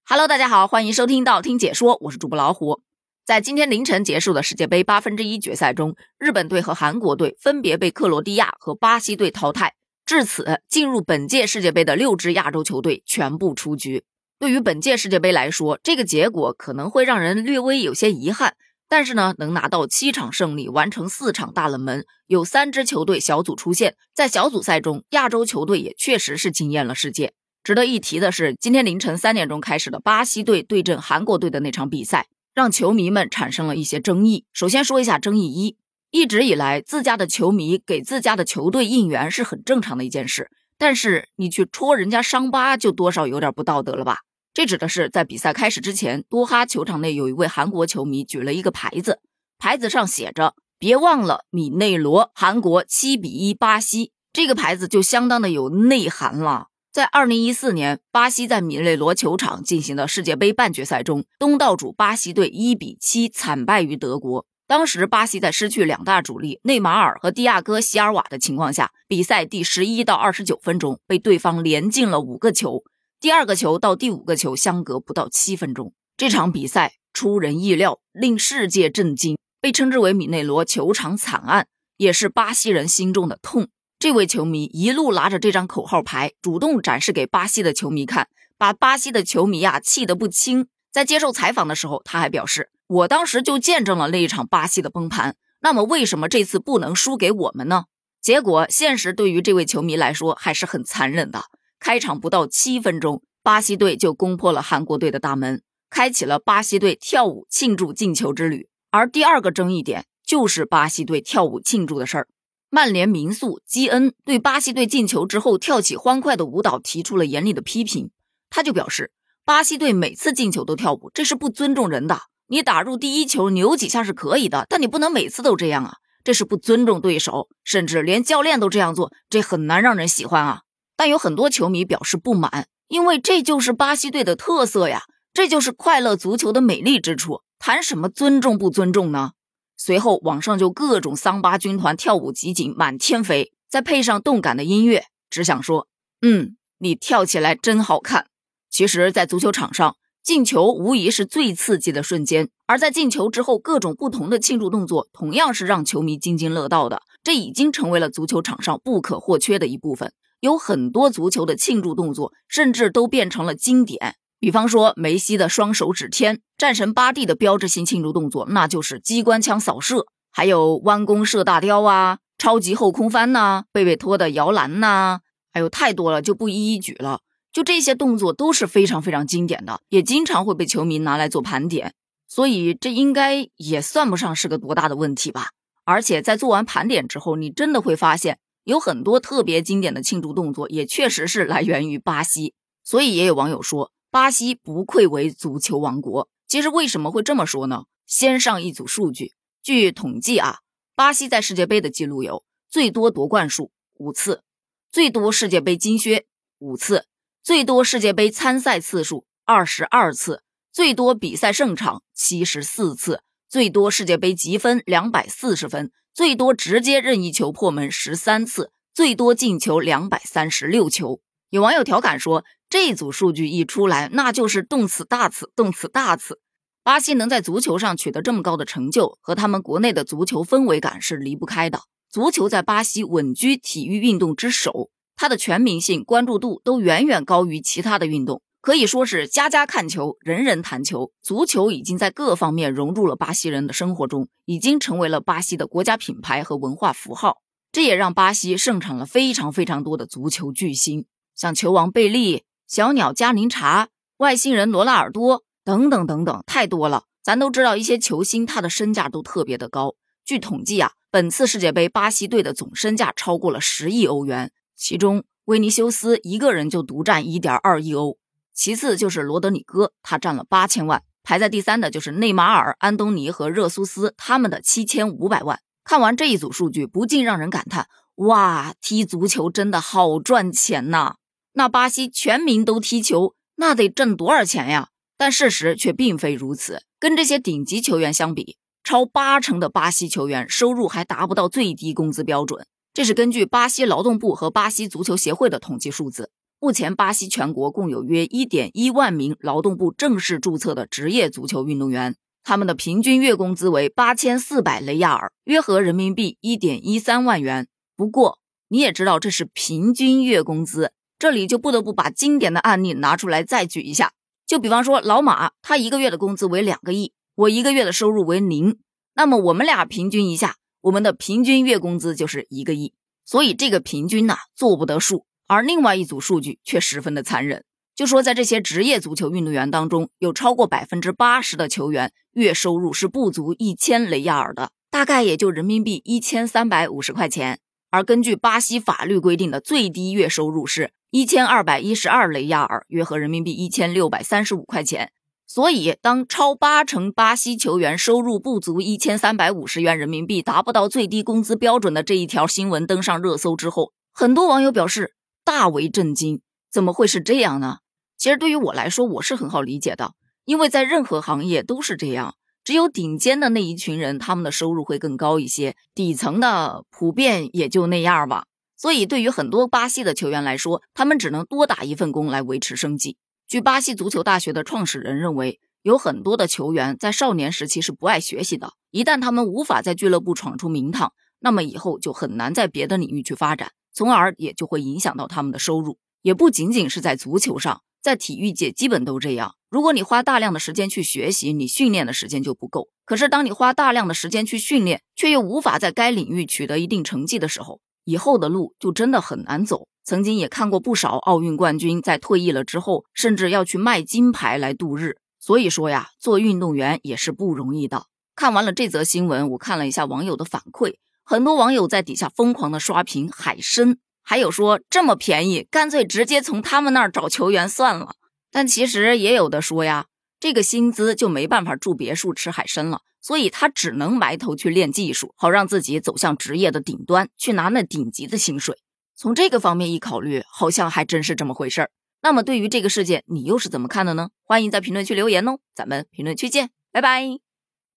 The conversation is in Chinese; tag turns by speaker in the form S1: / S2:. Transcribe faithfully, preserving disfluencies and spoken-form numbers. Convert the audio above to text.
S1: Hello， 大家好，欢迎收听道听解说，我是主播老虎。在今天凌晨结束的世界杯八分之一决赛中，日本队和韩国队分别被克罗地亚和巴西队淘汰，至此进入本届世界杯的六支亚洲球队全部出局。对于本届世界杯来说，这个结果可能会让人略微有些遗憾，但是呢，能拿到七场胜利，完成四场大冷门，有三支球队小组出线，在小组赛中，亚洲球队也确实是惊艳了世界。值得一提的是，今天凌晨三点钟开始的巴西队对阵韩国队的那场比赛，让球迷们产生了一些争议。首先说一下争议一，一直以来自家的球迷给自家的球队应援是很正常的一件事，但是你去戳人家伤疤就多少有点不道德了吧。这指的是在比赛开始之前，多哈球场内有一位韩国球迷举了一个牌子，牌子上写着别忘了米内罗，韩国七比一巴西，这个牌子就相当的有内涵了。在二零一四年，巴西在米内罗球场进行的世界杯半决赛中，东道主巴西队一比七惨败于德国。当时巴西在失去两大主力内马尔和蒂亚戈席尔瓦的情况下，比赛第十一到二十九分钟被对方连进了五个球，第二个球到第五个球相隔不到七分钟。这场比赛出人意料，令世界震惊，被称之为米内罗球场惨案，也是巴西人心中的痛。这位球迷一路拿着这张口号牌，主动展示给巴西的球迷看，把巴西的球迷啊气得不轻。在接受采访的时候，他还表示，我当时就见证了那一场巴西的崩盘，那么为什么这次不能输给我们呢？结果现实对于这位球迷来说还是很残忍的，开场不到七分钟，巴西队就攻破了韩国队的大门，开启了巴西队跳舞庆祝进球之旅。而第二个争议点就是巴西队跳舞庆祝的事儿。曼联名宿基恩对巴西队进球之后跳起欢快的舞蹈提出了严厉的批评，他就表示，巴西队每次进球都跳舞，这是不尊重人的，你打入第一球扭几下是可以的，但你不能每次都这样啊，这是不尊重对手，甚至连教练都这样做，这很难让人喜欢啊。但有很多球迷表示不满，因为这就是巴西队的特色呀，这就是快乐足球的美丽之处，谈什么尊重不尊重呢？随后网上就各种桑巴军团跳舞集锦满天飞，再配上动感的音乐，只想说，嗯，你跳起来真好看。其实在足球场上，进球无疑是最刺激的瞬间，而在进球之后各种不同的庆祝动作同样是让球迷津津乐道的，这已经成为了足球场上不可或缺的一部分。有很多足球的庆祝动作甚至都变成了经典，比方说梅西的双手指天，战神巴蒂的标志性庆祝动作那就是机关枪扫射，还有弯弓射大雕啊，超级后空翻呐、贝贝托的摇篮呐，还有太多了就不一一举了。就这些动作都是非常非常经典的，也经常会被球迷拿来做盘点，所以这应该也算不上是个多大的问题吧。而且在做完盘点之后，你真的会发现有很多特别经典的庆祝动作也确实是来源于巴西。所以也有网友说，巴西不愧为足球王国。其实为什么会这么说呢？先上一组数据，据统计啊，巴西在世界杯的记录有最多夺冠数五次，最多世界杯金靴五次，最多世界杯参赛次数二十二次，最多比赛胜场七十四次，最多世界杯积分两百四十分，最多直接任意球破门十三次，最多进球两百三十六球。有网友调侃说，这组数据一出来，那就是动词大词，动词大词。巴西能在足球上取得这么高的成就，和他们国内的足球氛围感是离不开的。足球在巴西稳居体育运动之首，它的全民性、关注度都远远高于其他的运动，可以说是家家看球，人人谈球。足球已经在各方面融入了巴西人的生活中，已经成为了巴西的国家品牌和文化符号。这也让巴西盛产了非常非常多的足球巨星，像球王贝利、小鸟加林查、外星人罗纳尔多等等等等，太多了。咱都知道一些球星他的身价都特别的高，据统计啊，本次世界杯巴西队的总身价超过了十亿欧元，其中维尼修斯一个人就独占 一点二亿欧，其次就是罗德里戈，他占了八千万，排在第三的就是内马尔、安东尼和热苏斯，他们的七千五百万。看完这一组数据，不禁让人感叹，哇，踢足球真的好赚钱呐！那巴西全民都踢球，那得挣多少钱呀？但事实却并非如此，跟这些顶级球员相比，超八成的巴西球员收入还达不到最低工资标准，这是根据巴西劳动部和巴西足球协会的统计数字。 目前巴西全国共有约 一点一万名劳动部正式注册的职业足球运动员，他们的平均月工资为八千四百雷亚尔，约合人民币 一点一三万元。不过你也知道这是平均月工资，这里就不得不把经典的案例拿出来再举一下。就比方说老马，他一个月的工资为两个亿，我一个月的收入为零，那么我们俩平均一下，我们的平均月工资就是一个亿。所以这个平均呢、啊、做不得数，而另外一组数据却十分的残忍。就说在这些职业足球运动员当中，有超过 百分之八十 的球员月收入是不足一千雷亚尔的，大概也就人民币一千三百五十块钱。而根据巴西法律规定的最低月收入是一千二百一十二雷亚尔，约合人民币一千六百三十五块钱。所以当超八成巴西球员收入不足一千三百五十元人民币，达不到最低工资标准的这一条新闻登上热搜之后，很多网友表示大为震惊，怎么会是这样呢？其实对于我来说，我是很好理解的，因为在任何行业都是这样，只有顶尖的那一群人，他们的收入会更高一些，底层的普遍也就那样吧。所以对于很多巴西的球员来说，他们只能多打一份工来维持生计。据巴西足球大学的创始人认为，有很多的球员在少年时期是不爱学习的，一旦他们无法在俱乐部闯出名堂，那么以后就很难在别的领域去发展，从而也就会影响到他们的收入。也不仅仅是在足球上，在体育界基本都这样。如果你花大量的时间去学习，你训练的时间就不够。可是当你花大量的时间去训练，却又无法在该领域取得一定成绩的时候，以后的路就真的很难走。曾经也看过不少奥运冠军在退役了之后，甚至要去卖金牌来度日。所以说呀，做运动员也是不容易的。看完了这则新闻，我看了一下网友的反馈，很多网友在底下疯狂的刷屏海参，还有说这么便宜，干脆直接从他们那儿找球员算了。但其实也有的说呀，这个薪资就没办法住别墅吃海参了，所以他只能埋头去练技术，好让自己走向职业的顶端，去拿那顶级的薪水。从这个方面一考虑，好像还真是这么回事儿。那么对于这个事件，你又是怎么看的呢？欢迎在评论区留言哦，咱们评论区见，拜拜。